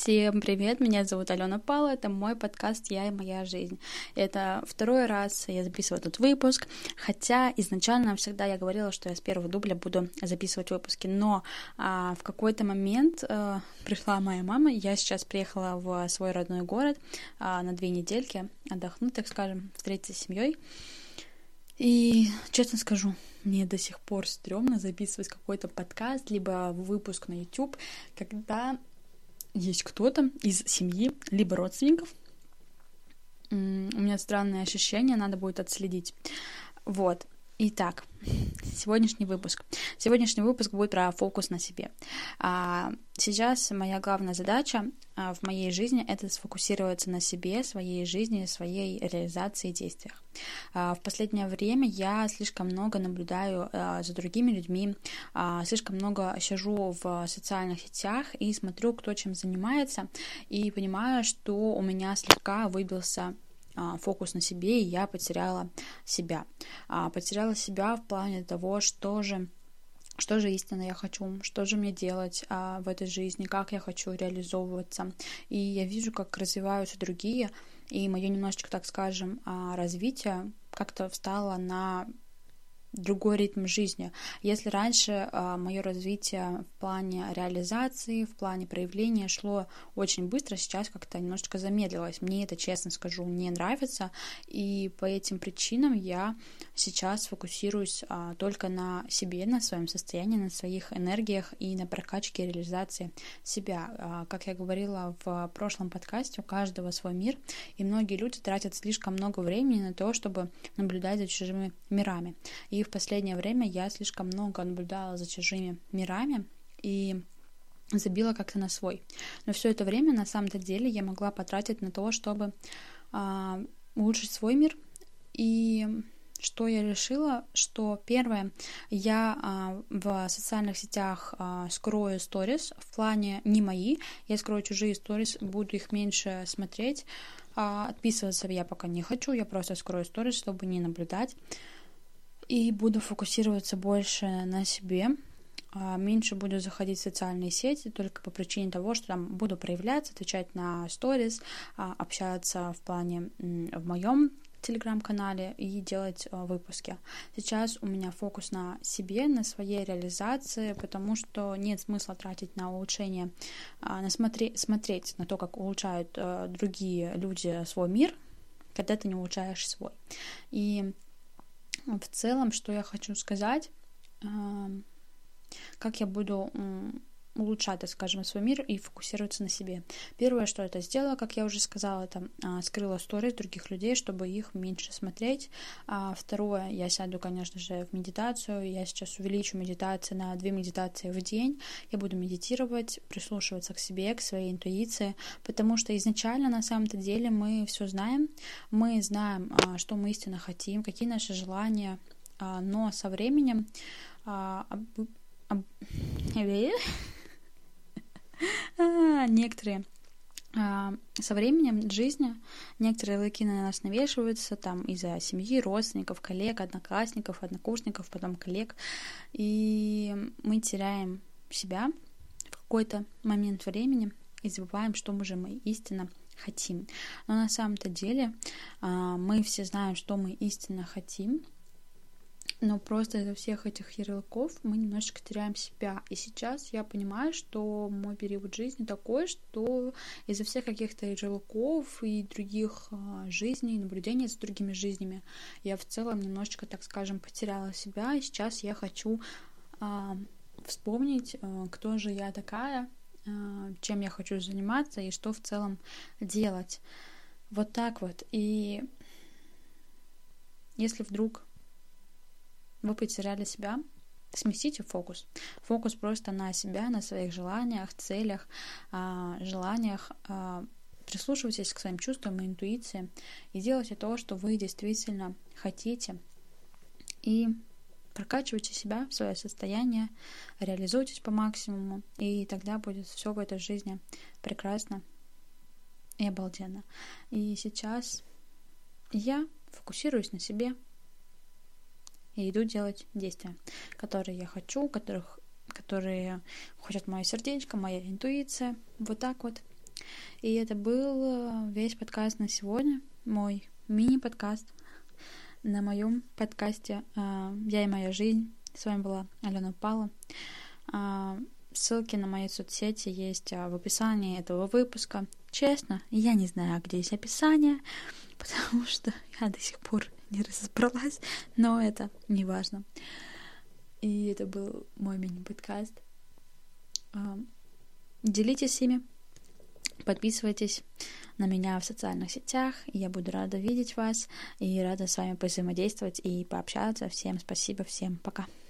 Всем привет, меня зовут Алена Пала, это мой подкаст «Я и моя жизнь». Это второй раз я записываю этот выпуск, хотя изначально всегда я говорила, что я с первого дубля буду записывать выпуски, но в какой-то момент пришла моя мама, я сейчас приехала в свой родной город на 2 недельки отдохнуть, так скажем, встретиться с семьей. И, честно скажу, мне до сих пор стрёмно записывать какой-то подкаст, либо выпуск на YouTube, когда есть кто-то из семьи, либо родственников. У меня странное ощущение, надо будет отследить. Вот. Итак, сегодняшний выпуск. Сегодняшний выпуск будет про фокус на себе. Сейчас моя главная задача в моей жизни — это сфокусироваться на себе, своей жизни, своей реализации и действиях. В последнее время я слишком много наблюдаю за другими людьми, слишком много сижу в социальных сетях и смотрю, кто чем занимается, и понимаю, что у меня слегка выбился фокус на себе, и я потеряла себя. Потеряла себя в плане того, что же истинно я хочу, что же мне делать в этой жизни, как я хочу реализовываться. И я вижу, как развиваются другие, и мое немножечко, так скажем, развитие как-то встало на другой ритм жизни. Если раньше мое развитие в плане реализации, в плане проявления шло очень быстро, сейчас как-то немножечко замедлилось. Мне это, честно скажу, не нравится, и по этим причинам я сейчас фокусируюсь только на себе, на своем состоянии, на своих энергиях и на прокачке и реализации себя. Как я говорила в прошлом подкасте, у каждого свой мир, и многие люди тратят слишком много времени на то, чтобы наблюдать за чужими мирами. И в последнее время я слишком много наблюдала за чужими мирами и забила как-то на свой. Но все это время, на самом-то деле, я могла потратить на то, чтобы улучшить свой мир. И что я решила, что первое, я в социальных сетях скрою сторис, в плане не мои, я скрою чужие сторис, буду их меньше смотреть, отписываться я пока не хочу, я просто скрою сторис, чтобы не наблюдать. И буду фокусироваться больше на себе, меньше буду заходить в социальные сети только по причине того, что там буду проявляться, отвечать на сторис, общаться в плане в моем телеграм-канале и делать выпуски. Сейчас у меня фокус на себе, на своей реализации, потому что нет смысла тратить на улучшение, смотреть на то, как улучшают другие люди свой мир, когда ты не улучшаешь свой. И в целом, что я хочу сказать, как я буду улучшать, так скажем, свой мир и фокусироваться на себе. Первое, что это сделала, как я уже сказала, это скрыла сторис других людей, чтобы их меньше смотреть. Второе, я сяду, конечно же, в медитацию. Я сейчас увеличу медитации на 2 медитации в день. Я буду медитировать, прислушиваться к себе, к своей интуиции, потому что изначально, на самом-то деле, мы все знаем. Мы знаем, что мы истинно хотим, какие наши желания, но со временем некоторые со временем жизни некоторые ярлыки на нас навешиваются там из-за семьи, родственников, коллег, одноклассников, однокурсников, потом коллег, и мы теряем себя в какой-то момент времени и забываем, что мы истинно хотим. Но на самом-то деле мы все знаем, что мы истинно хотим, но просто из-за всех этих ярлыков мы немножечко теряем себя. И сейчас я понимаю, что мой период жизни такой, что из-за всех каких-то ярлыков и других жизней, наблюдений за другими жизнями, я в целом немножечко, так скажем, потеряла себя. И сейчас я хочу вспомнить, кто же я такая, чем я хочу заниматься и что в целом делать. Вот так вот. И если вдруг вы потеряли себя, сместите фокус. Фокус просто на себя, на своих желаниях, целях, желаниях. Прислушивайтесь к своим чувствам и интуиции и делайте то, что вы действительно хотите. И прокачивайте себя, свое состояние, реализуйтесь по максимуму, и тогда будет все в этой жизни прекрасно и обалденно. И сейчас я фокусируюсь на себе, и иду делать действия, которые я хочу, которые хочет мое сердечко, моя интуиция. Вот так вот. И это был весь подкаст на сегодня, мой мини-подкаст на моем подкасте «Я и моя жизнь». С вами была Алена Пала. Ссылки на мои соцсети есть в описании этого выпуска. Честно, я не знаю, где есть описание, потому что я до сих пор не разобралась, но это не важно. И это был мой мини-подкаст. Делитесь ими, подписывайтесь на меня в социальных сетях. Я буду рада видеть вас и рада с вами взаимодействовать и пообщаться. Всем спасибо, всем пока.